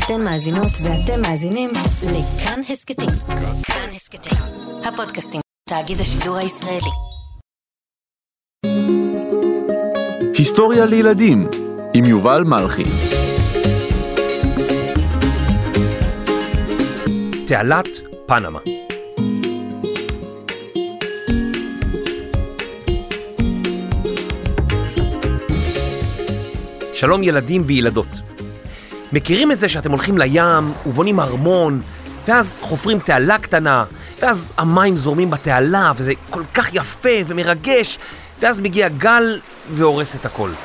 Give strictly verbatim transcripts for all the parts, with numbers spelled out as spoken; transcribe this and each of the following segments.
אתן מאזינות ואתם מאזינים לכאן הסקטים. כאן הסקטים, הפודקאסטים, תאגיד השידור הישראלי. היסטוריה לילדים עם יובל מלכי. תעלת פנמה. שלום ילדים וילדות. מכירים את זה שאתם הולכים לים ובונים ארמון, ואז חופרים תעלה קטנה, ואז המים זורמים בתעלה, וזה כל כך יפה ומרגש, ואז מגיע גל והורס את הכל.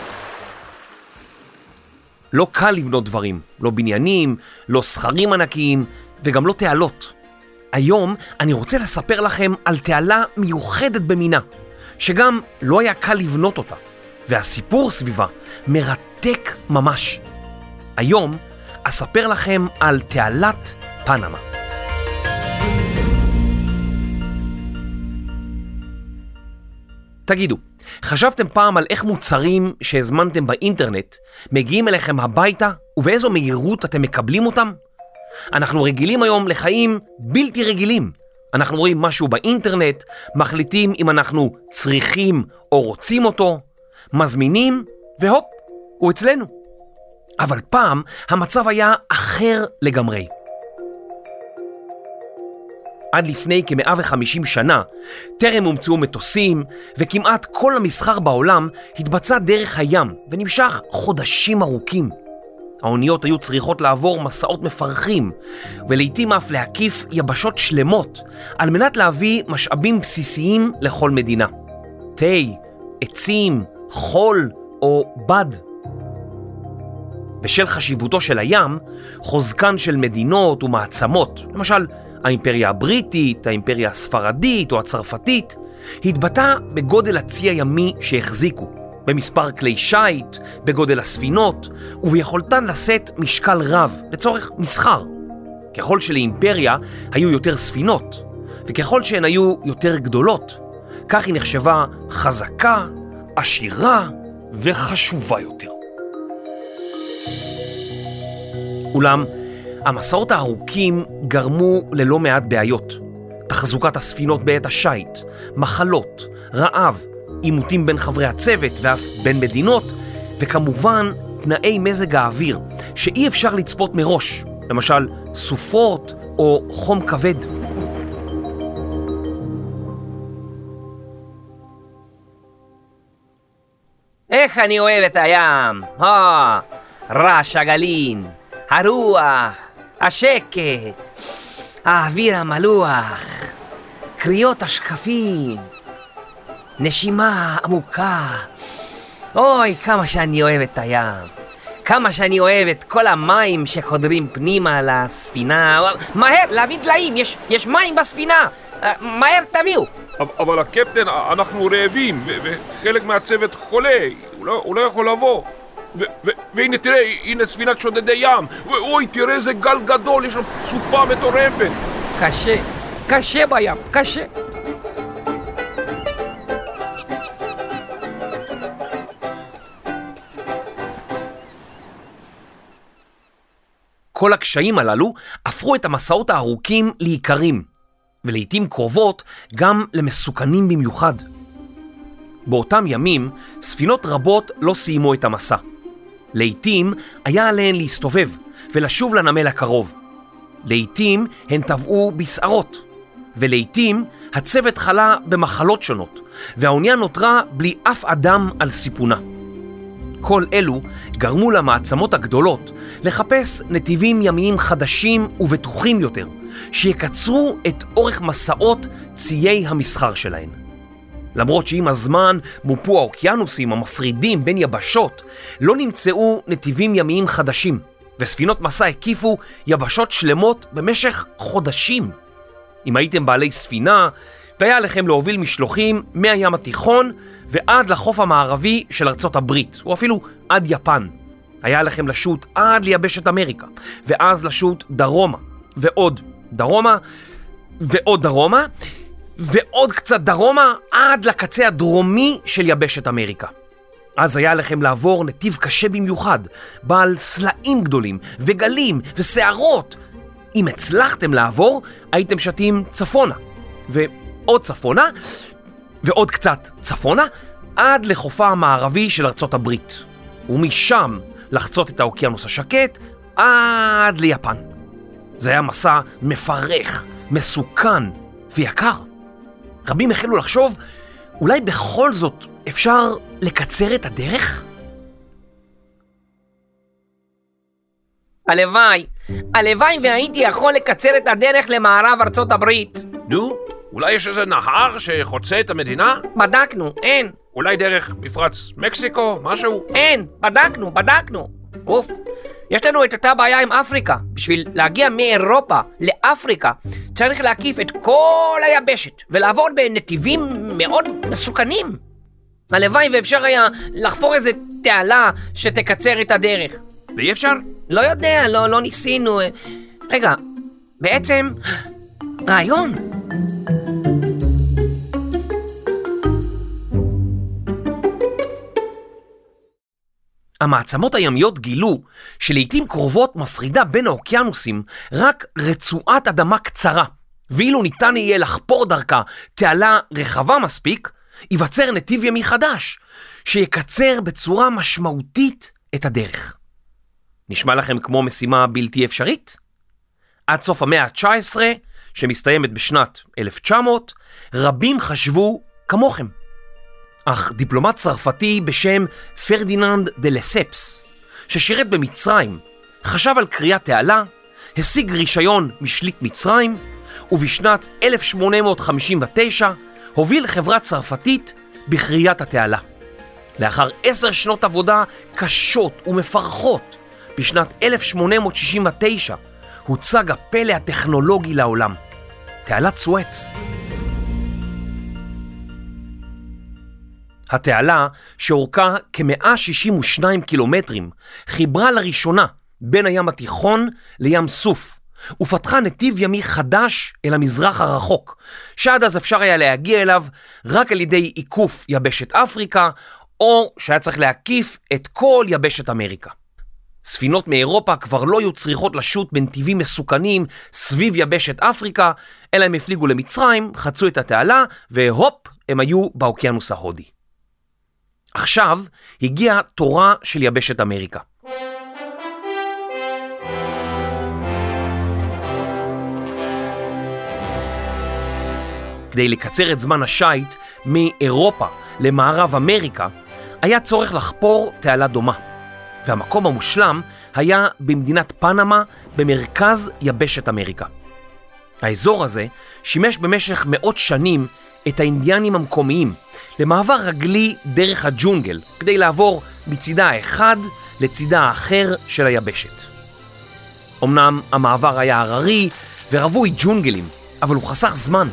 לא קל לבנות דברים, לא בניינים, לא סחרים ענקיים, וגם לא תעלות. היום אני רוצה לספר לכם על תעלה מיוחדת במינה, שגם לא היה קל לבנות אותה, והסיפור סביבה מרתק ממש. היום אספר לכם על תעלת פנמה. תגידו, חשבתם פעם על איך מוצרים שהזמנתם באינטרנט מגיעים אליכם הביתה ובאיזו מהירות אתם מקבלים אותם? אנחנו רגילים היום לחיים בלתי רגילים. אנחנו רואים משהו באינטרנט, מחליטים אם אנחנו צריכים או רוצים אותו, מזמינים והופ, הוא אצלנו. אבל פעם המצב היה אחר לגמרי. עד לפני כ-מאה וחמישים שנה, טרם הומצאו מטוסים, וכמעט כל המסחר בעולם התבצע דרך הים, ונמשך חודשים ארוכים. האוניות היו צריכות לעבור מסעות מפרכים, ולעיתים אף להקיף יבשות שלמות, על מנת להביא משאבים בסיסיים לכל מדינה. תה, עצים, חול או בד. בשל חשיבותו של הים, חוזקן של מדינות ומעצמות, למשל האימפריה הבריטית, האימפריה הספרדית או הצרפתית, התבטא בגודל הצי הימי שהחזיקו, במספר כלי שייט, בגודל הספינות, וביכולתן לשאת משקל רב לצורך מסחר. ככל שלאימפריה היו יותר ספינות, וככל שהן היו יותר גדולות, כך היא נחשבה חזקה, עשירה וחשובה יותר. אולם, המסעות הארוכים גרמו ללא מעט בעיות. תחזוקת הספינות בעת השייט, מחלות, רעב, עימותים בין חברי הצוות ואף בין מדינות, וכמובן תנאי מזג האוויר שאי אפשר לצפות מראש, למשל סופות או חום כבד. איך אני אוהב את הים, אה, רעש הגלים, הרוח, השקט, האוויר המלוח, קריאות השקפים, נשימה עמוקה. אוי, כמה שאני אוהב את הים, כמה שאני אוהב את כל המים שחודרים פנימה לספינה. מהר, להביא דליים, יש, יש מים בספינה, מהר תביאו. אבל הקפטן, אנחנו רעבים, וחלק מהצוות חולה, הוא לא, הוא לא יכול לבוא. והנה תראה, הנה ספינת שודדי ים, ואוי, תראה איזה גל גדול, יש שם סופה מטורפת. קשה, קשה בים, קשה. כל הקשיים הללו הפכו את המסעות הארוכים לעיקרים, ולעיתים קרובות גם למסוכנים במיוחד. באותם ימים, ספינות רבות לא סיימו את המסע. לעיתים היה עליהן להסתובב ולשוב לנמל הקרוב. לעיתים הן טבעו בסערות, ולעיתים הצוות חלה במחלות שונות, והאונייה נותרה בלי אף אדם על סיפונה. כל אלו גרמו למעצמות הגדולות לחפש נתיבים ימיים חדשים ובטוחים יותר, שיקצרו את אורך מסעות ציי המסחר שלהן. למרות שעם הזמן מופו האוקיינוסים המפרידים בין יבשות, לא נמצאו נתיבים ימיים חדשים, וספינות מסע הקיפו יבשות שלמות במשך חודשים. אם הייתם בעלי ספינה, והיה עליכם להוביל משלוחים מהים התיכון ועד לחוף המערבי של ארצות הברית, או אפילו עד יפן. היה עליכם לשוט עד ליבשת אמריקה, ואז לשוט דרומה, ועוד דרומה, ועוד דרומה, ועוד קצת דרומה עד לקצה הדרומי של יבשת אמריקה. אז היה לכם לעבור נתיב קשה במיוחד, בעל סלעים גדולים וגלים וסערות. אם הצלחתם לעבור, הייתם שתים צפונה, ועוד צפונה, ועוד קצת צפונה, עד לחופה המערבי של ארצות הברית. ומשם לחצות את האוקיינוס השקט עד ליפן. זה היה מסע מפרך, מסוכן ויקר. רבים החלו לחשוב, אולי בכל זאת אפשר לקצר את הדרך? הלוואי, הלוואי והייתי יכול לקצר את הדרך למערב ארצות הברית. נו, אולי יש איזה נהר שחוצה את המדינה? בדקנו, אין. אולי דרך מפרץ מקסיקו, משהו? אין, בדקנו, בדקנו. אוף, יש לנו את אותה בעיה עם אפריקה. בשביל להגיע מאירופה לאפריקה, צריך להקיף את כל היבשת, ולעבור בנתיבים מאוד מסוכנים. הלוואי ואפשר היה לחפור איזה תעלה שתקצר את הדרך. ואי אפשר? לא יודע, לא, לא ניסינו. רגע, בעצם, רעיון. המעצמות הימיות גילו שלעיתים קרובות מפרידה בין האוקיינוסים רק רצועת אדמה קצרה, ואילו ניתן יהיה לחפור דרכה תעלה רחבה מספיק, ייווצר נתיב ימי חדש, שיקצר בצורה משמעותית את הדרך. נשמע לכם כמו משימה בלתי אפשרית? עד סוף המאה ה-תשע עשרה, שמסתיימת בשנת אלף תשע מאות, רבים חשבו כמוכם. אך דיפלומט צרפתי בשם פרדיננד דה לספס, ששירת במצרים, חשב על קריאת תעלה, השיג רישיון משליט מצרים, ובשנת אלף שמונה מאות חמישים ותשע הוביל חברה צרפתית בקריאת התעלה. לאחר עשר שנות עבודה קשות ומפרכות, בשנת אלף שמונה מאות שישים ותשע הוצג הפלא הטכנולוגי לעולם, תעלת סואץ. התעלה, שאורכה כ-מאה שישים ושניים קילומטרים, חיברה לראשונה בין הים התיכון לים סוף, ופתחה נתיב ימי חדש אל המזרח הרחוק, שעד אז אפשר היה להגיע אליו רק על ידי עיקוף יבשת אפריקה, או שהיה צריך להקיף את כל יבשת אמריקה. ספינות מאירופה כבר לא היו צריכות לשוט בנתיבים מסוכנים סביב יבשת אפריקה, אלא הם הפליגו למצרים, חצו את התעלה, והופ, הם היו באוקיינוס ההודי. עכשיו הגיע תורה של יבשת אמריקה. כדי לקצר את זמן השייט מאירופה למערב אמריקה, היה צורך לחפור תעלה דומה. והמקום המושלם היה במדינת פנמה במרכז יבשת אמריקה. האזור הזה שימש במשך מאות שנים את האינדיאנים המקומיים למעבר רגלי דרך הג'ונגל כדי לעבור מצידה האחד לצידה האחר של היבשת. אמנם המעבר היה הררי ורווי ג'ונגלים, אבל הוא חסך זמן.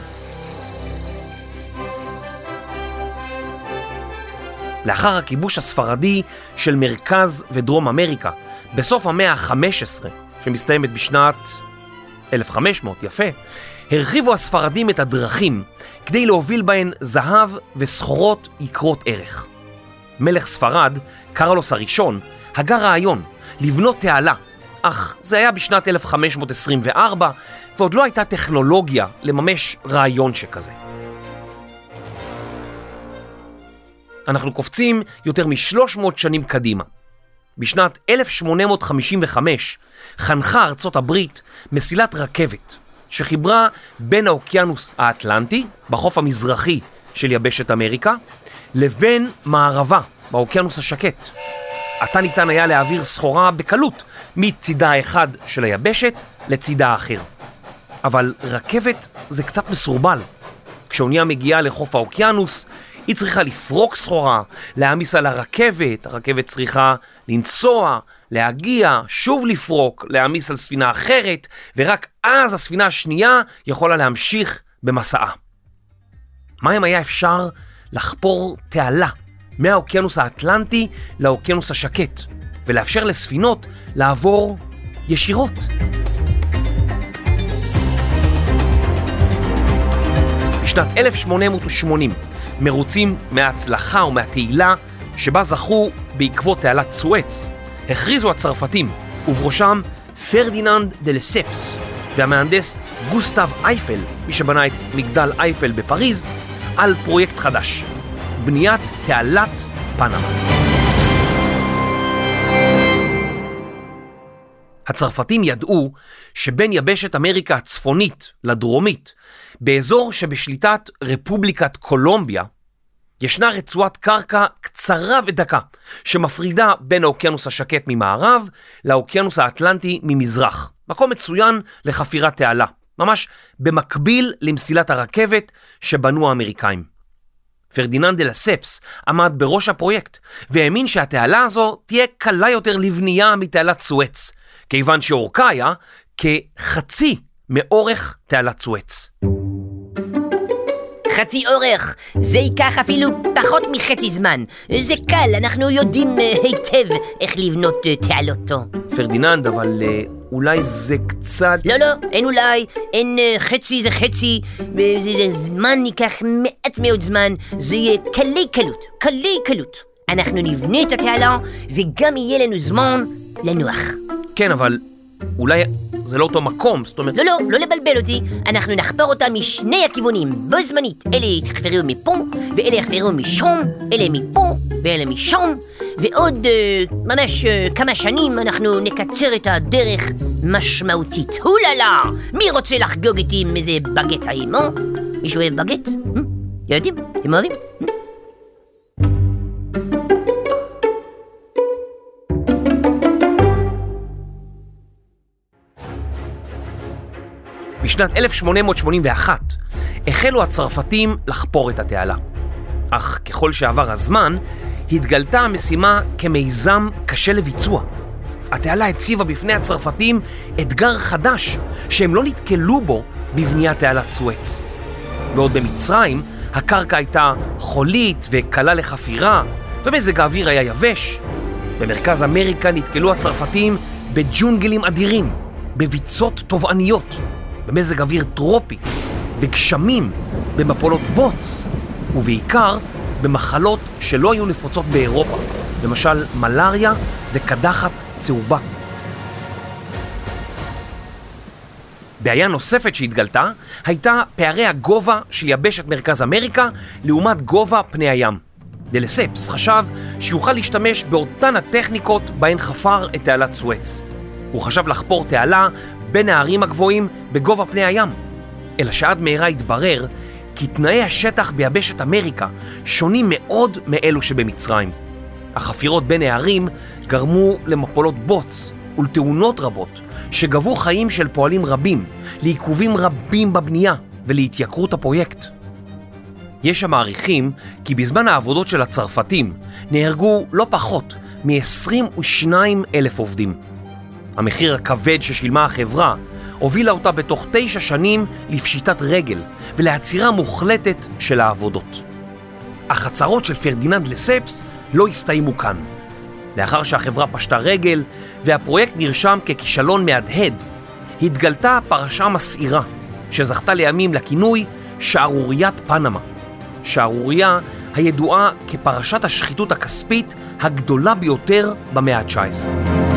לאחר הכיבוש הספרדי של מרכז ודרום אמריקה, בסוף המאה ה-חמש עשרה, שמסתיימת בשנת אלף וחמש מאות, יפה, הרחיבו הספרדים את הדרכים כדי להוביל בהן זהב וסחורות יקרות ערך. מלך ספרד, קרלוס הראשון, הגה רעיון לבנות תעלה, אך זה היה בשנת אלף חמש מאות עשרים וארבע, ועוד לא הייתה טכנולוגיה לממש רעיון שכזה. אנחנו קופצים יותר מ-שלוש מאות שנים קדימה. בשנת אלף שמונה מאות חמישים וחמש חנכה ארצות הברית מסילת רכבת שחיברה בין האוקיינוס האטלנטי, בחוף המזרחי של יבשת אמריקה, לבין מערבה באוקיינוס השקט. עתה ניתן היה להעביר סחורה בקלות מצידה האחד של היבשת לצידה האחר. אבל רכבת זה קצת מסורבל. כשאונייה מגיעה לחוף האוקיינוס, היא צריכה לפרוק סחורה, להעמיס על הרכבת, הרכבת צריכה לנסוע, להגיע, שוב לפרוק, להעמיס על ספינה אחרת, ורק אז הספינה השנייה יכולה להמשיך במסעה. מה אם היה אפשר לחפור תעלה מהאוקיינוס האטלנטי לאוקיינוס השקט, ולאפשר לספינות לעבור ישירות? בשנת אלף שמונה מאות ושמונים, מרוצים מההצלחה ומהתהילה, שבה זכו בעקבות תעלת סואץ, הכריזו הצרפתים, ובראשם פרדיננד דה לספס והמהנדס גוסטב אייפל, מי שבנה את מגדל אייפל בפריז, על פרויקט חדש, בניית תעלת פנמה. הצרפתים ידעו שבין יבשת אמריקה הצפונית לדרומית, באזור שבשליטת רפובליקת קולומביה, ישנה רצועת קרקע קצרה ודקה, שמפרידה בין האוקיינוס השקט ממערב לאוקיינוס האטלנטי ממזרח. מקום מצוין לחפירת תעלה, ממש במקביל למסילת הרכבת שבנו האמריקאים. פרדיננד דה לספס עמד בראש הפרויקט, והאמין שהתעלה הזו תהיה קלה יותר לבנייה מתעלת סואץ, כיוון שאורכה היה כחצי מאורך תעלת סואץ. חצי אורך, זה ייקח אפילו פחות מחצי זמן. זה קל, אנחנו יודעים היטב איך לבנות תעלות. פרדיננד, אבל אולי זה קצת... לא, לא, אין אולי, אין חצי זה חצי, זה, זה זמן ייקח מעט מאוד זמן, זה יהיה קלי קלות, קלי קלות. אנחנו נבנה את התעלה וגם יהיה לנו זמן לנוח. כן, אבל אולי זה לא אותו מקום, זאת אומרת... לא, לא, לא לבלבל אותי, אנחנו נחפור אותה משני הכיוונים, בו זמנית. אלה יחפרו מפה, ואלה יחפרו משום, אלה מפה, ואלה משום, ועוד אה, ממש אה, כמה שנים אנחנו נקצר את הדרך משמעותית. הוללה, מי רוצה לחגוג איתי עם איזה בגט היום, אה? מישהו אוהב בגט? Hmm? ילדים, אתם אוהבים? Hmm? בשנת אלף שמונה מאות שמונים ואחת החלו הצרפתים לחפור את התעלה. אך ככל שעבר הזמן, התגלתה המשימה כמיזם קשה לביצוע. התעלה הציבה בפני הצרפתים אתגר חדש שהם לא נתקלו בו בבניית תעלת סואץ. בעוד במצרים הקרקע הייתה חולית וקלה לחפירה, ומזג האוויר היה יבש. במרכז אמריקה נתקלו הצרפתים בג'ונגלים אדירים, בביצות טובעניות, במזג אוויר טרופי, בגשמים, במפולות בוץ, ובעיקר במחלות שלא היו נפוצות באירופה, למשל מלריה וקדחת צהובה. בעיה נוספת שהתגלתה הייתה פערי הגובה של יבשת מרכז אמריקה לעומת גובה פני הים. דה לספס חשב שיוכל להשתמש באותן הטכניקות בהן חפר את תעלת סואץ. הוא חשב לחפור תעלה בין הערים הגבוהים בגובה פני הים. אלא שעד מהרה התברר כי תנאי השטח ביבשת אמריקה שונים מאוד מאלו שבמצרים. החפירות בין הערים גרמו למפולות בוץ ולתאונות רבות שגבו חיים של פועלים רבים, לעיכובים רבים בבנייה ולהתייקרות הפרויקט. יש המעריכים כי בזמן העבודות של הצרפתים נהרגו לא פחות מ-עשרים ושניים אלף עובדים. המחיר הכבד ששילמה החברה הובילה אותה בתוך תשע שנים לפשיטת רגל ולעצירה מוחלטת של העבודות. אך הצרות של פרדיננד לספס לא הסתיימו כאן. לאחר שהחברה פשטה רגל והפרויקט נרשם ככישלון מהדהד, התגלתה פרשה מסעירה שזכתה לימים לכינוי שערוריית פנמה. שערוריה הידועה כפרשת השחיתות הכספית הגדולה ביותר במאה ה-תשע עשרה.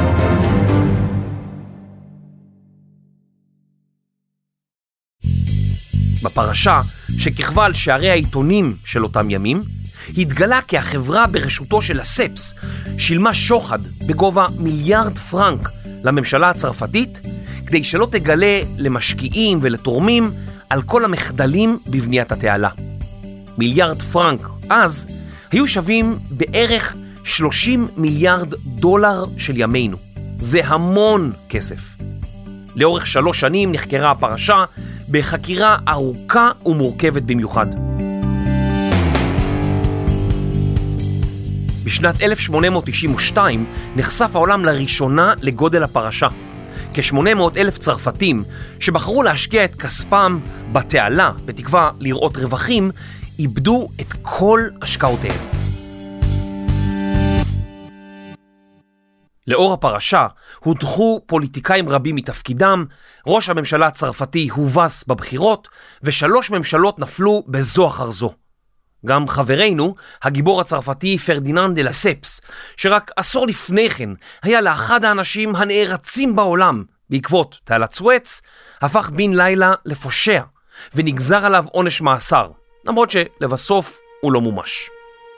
בפרשה שכיכבה על שערי העיתונים של אותם ימים, התגלה כי החברה בראשותו של לספס שילמה שוחד בגובה מיליארד פרנק לממשלה הצרפתית, כדי שלא תגלה למשקיעים ולתורמים על כל המחדלים בבניית התעלה. מיליארד פרנק אז היו שווים בערך שלושים מיליארד דולר של ימינו. זה המון כסף. לאורך שלוש שנים נחקרה הפרשה בחקירה ארוכה ומורכבת במיוחד. בשנת אלף שמונה מאות תשעים ושתיים נחשף העולם לראשונה לגודל הפרשה. כ-שמונה מאות אלף צרפתים שבחרו להשקיע את כספם בתעלה בתקווה לראות רווחים, איבדו את כל השקעותיהם. לאור הפרשה הודחו פוליטיקאים רבים מתפקידם, ראש הממשלה הצרפתי הובס בבחירות, ושלוש ממשלות נפלו בזו אחר זו. גם חברנו, הגיבור הצרפתי פרדיננד דה לספס, שרק עשור לפני כן היה לאחד האנשים הנערצים בעולם בעקבות תעלת סואץ, הפך בן לילה לפושע, ונגזר עליו עונש מאסר, למרות שלבסוף הוא לא מומש.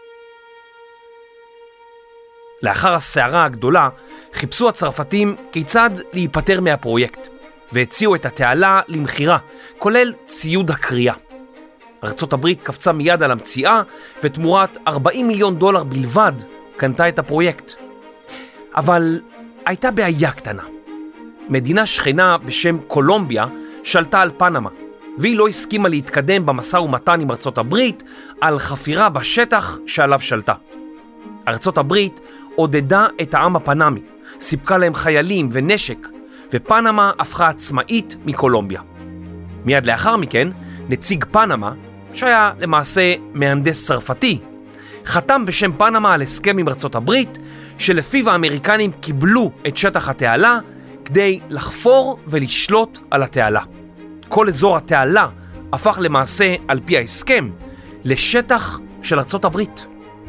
לאחר הסערה הגדולה, חיפשו הצרפתים כיצד להיפטר מהפרויקט, והציעו את התעלה למחירה, כולל ציוד הקריאה. ארצות הברית קפצה מיד על המציאה, ותמורת ארבעים מיליון דולר בלבד קנתה את הפרויקט. אבל הייתה בעיה קטנה. מדינה שכנה בשם קולומביה שלטה על פנמה, והיא לא הסכימה להתקדם במשא ומתן עם ארצות הברית על חפירה בשטח שעליו שלטה. ארצות הברית עודדה את העם הפנמי, סיפקה להם חיילים ונשק, ופנמה הפכה עצמאית מקולומביה. מיד לאחר מכן, נציג פנמה, שהיה למעשה מהנדס צרפתי, חתם בשם פנמה על הסכם עם ארצות הברית, שלפיו האמריקנים קיבלו את שטח התעלה כדי לחפור ולשלוט על התעלה. כל אזור התעלה הפך למעשה, על פי ההסכם, לשטח של ארצות הברית.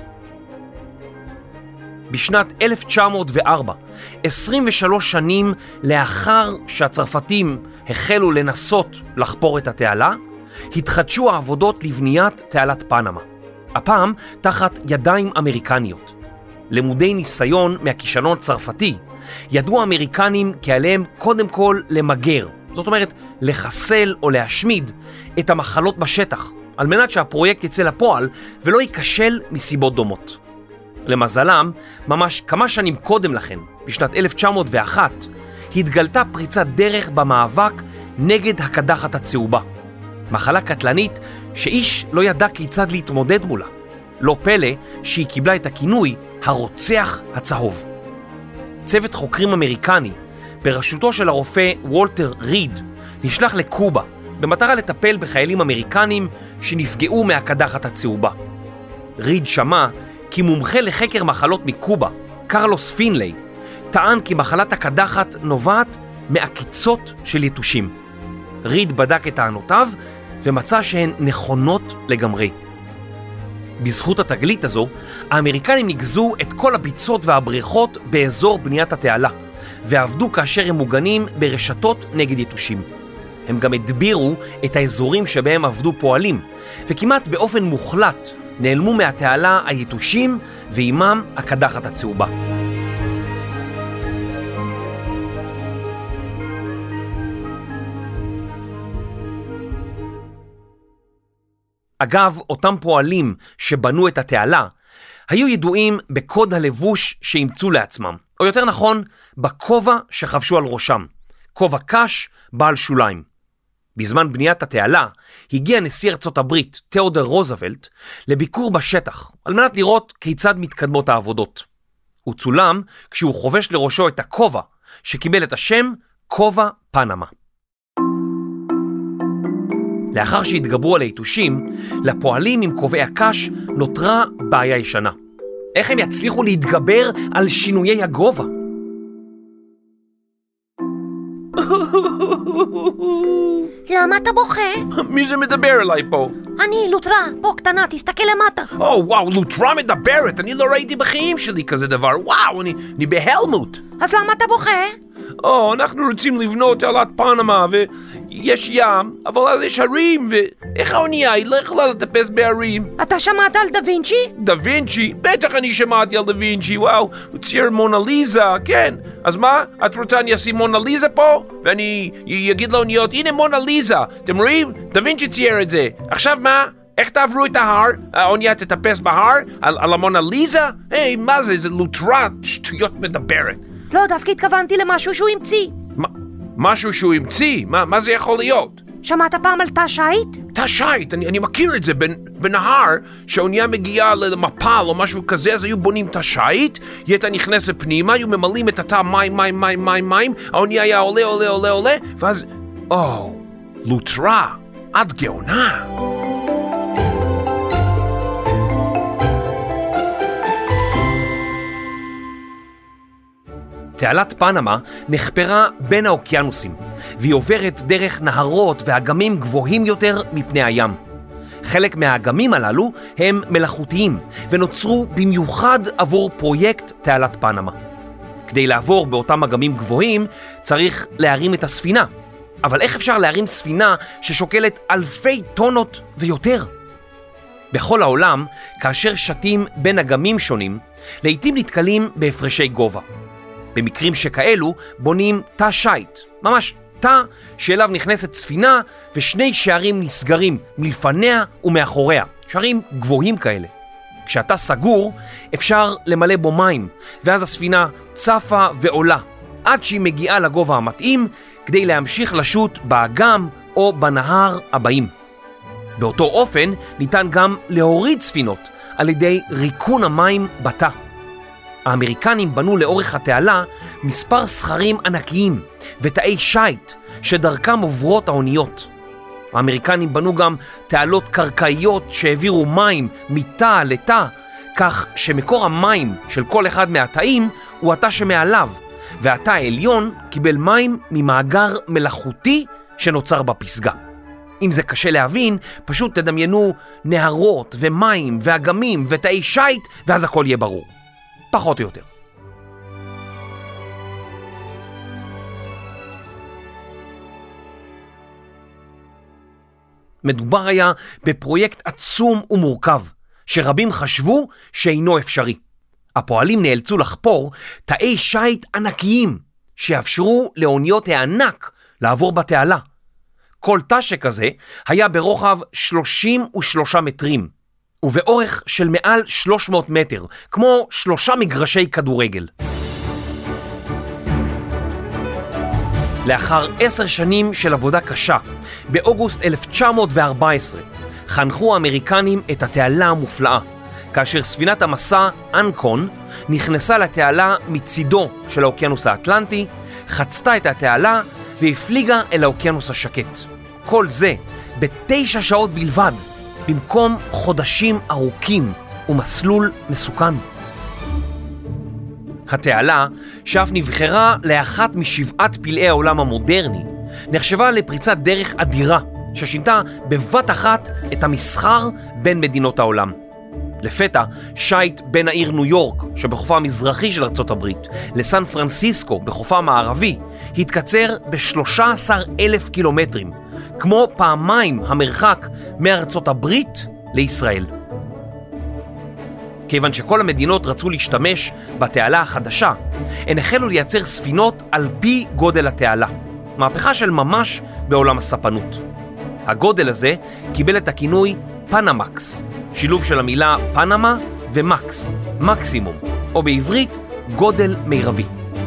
בשנת אלף תשע מאות וארבע, עשרים ושלוש שנים לאחר שהצרפתים החלו לנסות לחפור את התעלה, התחדשו העבודות לבניית תעלת פנמה, הפעם תחת ידיים אמריקניות. למודי ניסיון מהכישלון צרפתי, ידעו האמריקנים כי עליהם קודם כל למגר, זאת אומרת לחסל או להשמיד את המחלות בשטח, על מנת שהפרויקט יצא לפועל ולא ייכשל מסיבות דומות. למזלם, ממש כמה שנים קודם לכן, בשנת אלף תשע מאות ואחת, התגלתה פריצת דרך במאבק נגד הקדחת הצהובה. מחלה קטלנית שאיש לא ידע כיצד להתמודד מולה. לא פלא שהיא קיבלה את הכינוי הרוצח הצהוב. צוות חוקרים אמריקני, בראשותו של הרופא וולטר ריד, נשלח לקובה, במטרה לטפל בחיילים אמריקנים שנפגעו מהקדחת הצהובה. ריד שמע כי מומחה לחקר מחלות מקובה, קרלוס פינלי, טען כי מחלת הקדחת נובעת מעקיצות של יתושים. ריד בדק את טענותיו ומצא שהן נכונות לגמרי. בזכות התגלית הזו, האמריקנים נגזו את כל הביצות והבריכות באזור בניית התעלה, ועבדו כאשר הם מוגנים ברשתות נגד יתושים. הם גם הדבירו את האזורים שבהם עבדו פועלים, וכמעט באופן מוחלט נעלמו מהתעלה היתושים ועימם הקדחת הצהובה. אגב, אותם פועלים שבנו את התעלה היו ידועים בקוד הלבוש שאימצו לעצמם, או יותר נכון, בכובע שחבשו על ראשם, כובע קש בעל שוליים. בזמן בניית התעלה הגיע נשיא ארצות הברית, תיאודור רוזוולט, לביקור בשטח, על מנת לראות כיצד מתקדמות העבודות. הוא צולם כשהוא חובש לראשו את הכובע, שקיבל את השם כובע פנמה. לאחר שהתגברו על היתושים, לפועלים עם כובעי הקש נותרה בעיה ישנה. איך הם יצליחו להתגבר על שינויי הגובה? למה אתה בוכה? מי זה מדבר אליי פה? אני, לוטרה, פה קטנה, תסתכל למטה. או, וואו, לוטרה מדברת, אני לא ראיתי בחיים שלי כזה דבר, וואו, אני, אני בהלמות. אז למה אתה בוכה? או, אנחנו רוצים לבנות תעלת פנמה, ויש ים, אבל אז יש הרים, ואיך האונייה, היא לא יכולה לטפס בהרים. אתה שמעת על דה וינצ'י? דה וינצ'י? בטח אני שמעתי על דה וינצ'י, וואו, הוא צייר מונליזה, כן. אז מה? את רוצה אני אשים מונליזה פה? ואני אגיד לאוניות, הנה מונליזה, אתם רואים? דה וינצ'י צייר את זה. עכשיו מה? איך תעברו את ההר? האונייה תטפס בהר? על, על המונליזה? היי, מה זה? זה לוטרה, שטויות מדברת. לא, דווקא התכוונתי למשהו שהוא המציא. מה, משהו שהוא המציא? מה, מה זה יכול להיות? שמעת פעם על תא שייט? תא שייט, אני, אני מכיר את זה בנהר, שהאונייה מגיעה למפל או משהו כזה, אז היו בונים תא שייט, היא הייתה נכנסת פנימה, היו ממלאים את התא מים, מים, מים, מים, מים, האונייה היה עולה, עולה, עולה, עולה, ואז, או, לוטרה, את גאונה. תעלת פנמה נחפרה בין האוקיינוסים, והיא עוברת דרך נהרות ואגמים גבוהים יותר מפני הים. חלק מהאגמים הללו הם מלאכותיים ונוצרו במיוחד עבור פרויקט תעלת פנמה. כדי לעבור באותם אגמים גבוהים צריך להרים את הספינה. אבל איך אפשר להרים ספינה ששוקלת אלפי טונות ויותר? בכל העולם, כאשר שתים בין אגמים שונים, לעתים נתקלים בהפרשי גובה. במקרים שכאלו בונים תא שייט, ממש תא שאליו נכנסת ספינה ושני שערים נסגרים מלפניה ומאחוריה, שערים גבוהים כאלה. כשהתא סגור אפשר למלא בו מים, ואז הספינה צפה ועולה, עד שהיא מגיעה לגובה המתאים כדי להמשיך לשוט באגם או בנהר הבאים. באותו אופן ניתן גם להוריד ספינות על ידי ריקון המים בתא. האמריקנים בנו לאורך התעלה מספר סכרים ענקיים ותאי שייט שדרכם עוברות האוניות. האמריקנים בנו גם תעלות קרקעיות שהעבירו מים מתא לתא, כך שמקור המים של כל אחד מהתאים הוא התא שמעליו, והתא העליון קיבל מים ממאגר מלאכותי שנוצר בפסגה. אם זה קשה להבין, פשוט תדמיינו נהרות ומים ואגמים ותאי שייט, ואז הכל יהיה ברור. פחות או יותר. מדובר היה בפרויקט עצום ומורכב, שרבים חשבו שאינו אפשרי. הפועלים נאלצו לחפור תאי שייט ענקיים, שיאפשרו לאוניות הענק לעבור בתעלה. כל תא שכזה היה ברוחב שלושים ושלושה מטרים, ובאורך של מעל שלוש מאות מטר, כמו שלושה מגרשי כדורגל. לאחר עשר שנים של עבודה קשה, באוגוסט אלף תשע מאות וארבע עשרה, חנכו האמריקנים את התעלה המופלאה, כאשר ספינת המסע אנקון נכנסה לתעלה מצידו של האוקיינוס האטלנטי, חצתה את התעלה והפליגה אל האוקיינוס השקט. כל זה בתשע שעות בלבד, במקום חודשים ארוכים ומסלול מסוכן. התעלה, שאף נבחרה לאחת משבעת פלאי העולם המודרני, נחשבה לפריצת דרך אדירה, ששינתה בבת אחת את המסחר בין מדינות העולם. לפתע, שייט בין העיר ניו יורק, שבחופה המזרחי של ארצות הברית, לסן פרנסיסקו, בחופה המערבי, התקצר ב-שלושה עשר אלף קילומטרים, כמו פעמיים המרחק מארצות הברית לישראל. כיוון שכל המדינות רצו להשתמש בתעלה החדשה, הן החלו לייצר ספינות על פי גודל התעלה. מהפכה של ממש בעולם הספנות. הגודל הזה קיבל את הכינוי פנמקס, שילוב של המילה פנמה ומקס, מקסימום, או בעברית גודל מירבי.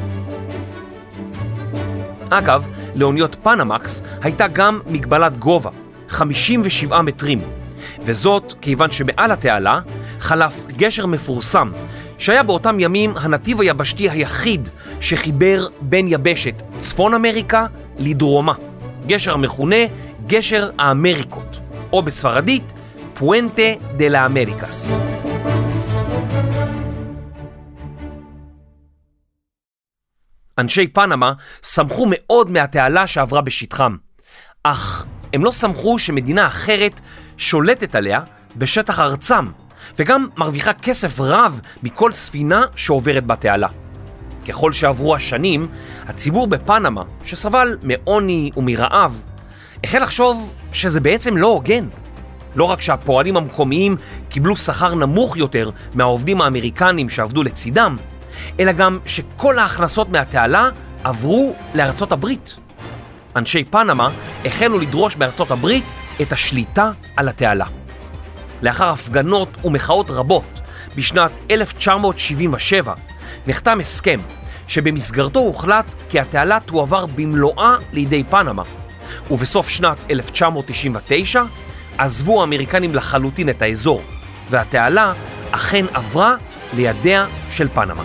אגב, לאוניות פנמקס הייתה גם מגבלת גובה, חמישים ושבעה מטרים, וזאת כיוון שמעל התעלה חלף גשר מפורסם, שהיה באותם ימים הנתיב היבשתי היחיד שחיבר בין יבשת צפון אמריקה לדרומה, גשר המכונה גשר האמריקות, או בספרדית פואנטה דה לה אמריקס. אנשי פנמה שמחו מאוד מהתעלה שעברה בשטחם, אך הם לא שמחו שמדינה אחרת שולטת עליה בשטח ארצם, וגם מרוויחה כסף רב מכל ספינה שעוברת בתעלה. ככל שעברו השנים, הציבור בפנמה, שסבל מעוני ומרעב, החל לחשוב שזה בעצם לא הוגן. לא רק שהפועלים המקומיים קיבלו שכר נמוך יותר מהעובדים האמריקנים שעבדו לצידם, אלא גם שכל ההכנסות מהתעלה עברו לארצות הברית. אנשי פנמה החלו לדרוש בארצות הברית את השליטה על התעלה. לאחר הפגנות ומחאות רבות, בשנת אלף תשע מאות שבעים ושבע נחתם הסכם שבמסגרתו הוחלט כי התעלה תועבר במלואה לידי פנמה, ובסוף שנת אלף תשע מאות תשעים ותשע עזבו האמריקנים לחלוטין את האזור, והתעלה אכן עברה לידיה של פנמה.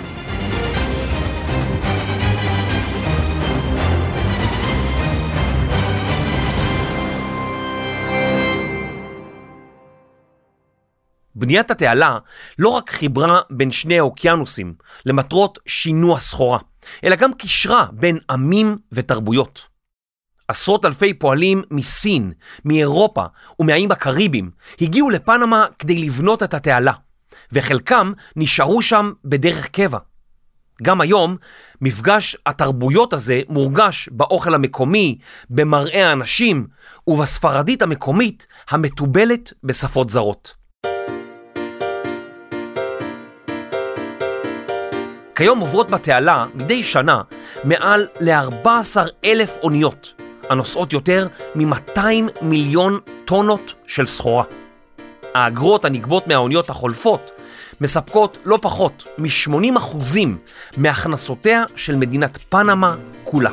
בניית התעלה לא רק חיברה בין שני האוקיינוסים למטרות שינוע סחורה, אלא גם קישרה בין עמים ותרבויות. עשרות אלפי פועלים מסין, מאירופה ומהאיים הקריבים הגיעו לפנמה כדי לבנות את התעלה, וחלקם נשארו שם בדרך קבע. גם היום מפגש התרבויות הזה מורגש באוכל המקומי, במראה האנשים ובספרדית המקומית המטובלת בשפות זרות. כיום עוברות בתעלה מדי שנה מעל ל-ארבעה עשר אלף אוניות, הנושאות יותר מ-מאתיים מיליון טונות של סחורה. האגרות הנגבות מהאוניות החולפות מספקות לא פחות מ-שמונים אחוזים מהכנסותיה של מדינת פנמה כולה.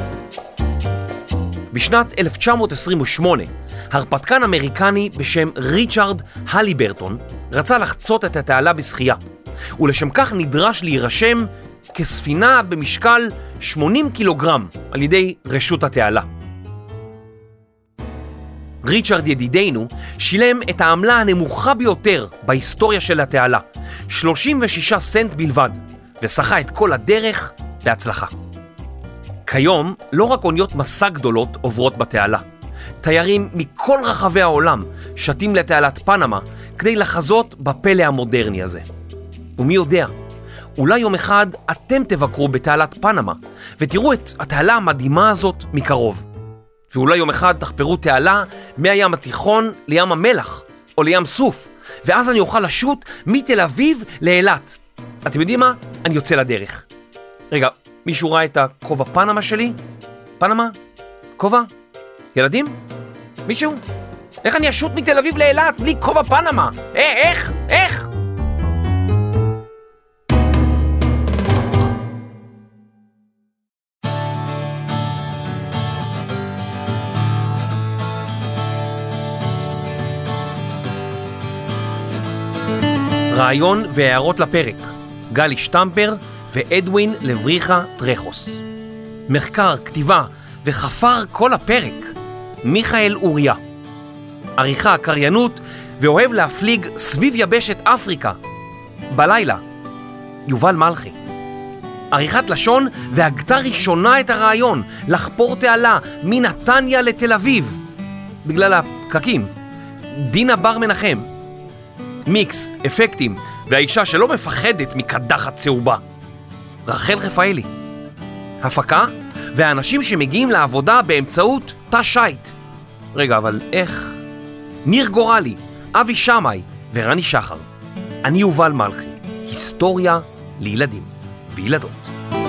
בשנת אלף תשע מאות עשרים ושמונה, הרפתקן אמריקני בשם ריצ'רד הליברטון רצה לחצות את התעלה בשחייה, ולשם כך נדרש להירשם כספינה במשקל שמונים קילוגרם על ידי רשות התעלה. ריצ'רד ידידנו שילם את העמלה הנמוכה ביותר בהיסטוריה של התעלה, שלושים ושישה סנט בלבד, ושחה את כל הדרך בהצלחה. כיום לא רק אוניות מסע גדולות עוברות בתעלה. תיירים מכל רחבי העולם שתים לתעלת פנמה כדי לחזות בפלא המודרני הזה. ומי יודע, אולי יום אחד אתם תבקרו בתעלת פנמה ותראו את התעלה המדהימה הזאת מקרוב. ואולי יום אחד תחפרו תעלה מהים התיכון לים המלח או לים סוף, ואז אני אוכל לשוט מתל אביב לאילת. אתם יודעים מה? אני יוצא לדרך. רגע, מישהו ראה את הכובע פנמה שלי? פנמה? כובע? ילדים? מישהו? איך אני אשוט מתל אביב לאילת בלי כובע פנמה? אה, איך? איך? רעיון והערות לפרק, גלי שטמפר ואדווין לבריחה טרחוס. מחקר, כתיבה וחפר כל הפרק, מיכאל אוריה. עריכה, קריינות ואוהב להפליג סביב יבשת אפריקה, בלילה, יובל מלכי. עריכת לשון והגתה ראשונה את הרעיון לחפור תעלה מנתניה לתל אביב, בגלל הפקקים, דינה בר מנחם. מיקס, אפקטים והאישה שלא מפחדת מקדחת צהובה, רחל רפאלי. הפקה והאנשים שמגיעים לעבודה באמצעות תא שייט. רגע, אבל איך? ניר גורלי, אבי שמאי ורני שחר. אני יובל מלכי, היסטוריה לילדים וילדות.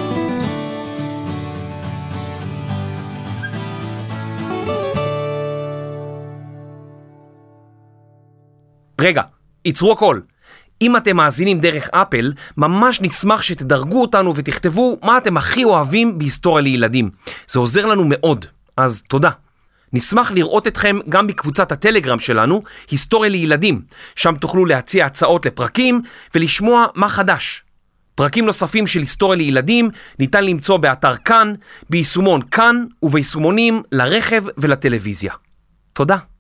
רגע, ייצרו הכל. אם אתם מאזינים דרך אפל, ממש נשמח שתדרגו אותנו ותכתבו מה אתם הכי אוהבים בהיסטוריה לילדים. זה עוזר לנו מאוד, אז תודה. נשמח לראות אתכם גם בקבוצת הטלגרם שלנו, היסטוריה לילדים. שם תוכלו להציע הצעות לפרקים ולשמוע מה חדש. פרקים נוספים של היסטוריה לילדים ניתן למצוא באתר כאן, ביישומון כאן וביישומונים לרכב ולטלוויזיה. תודה.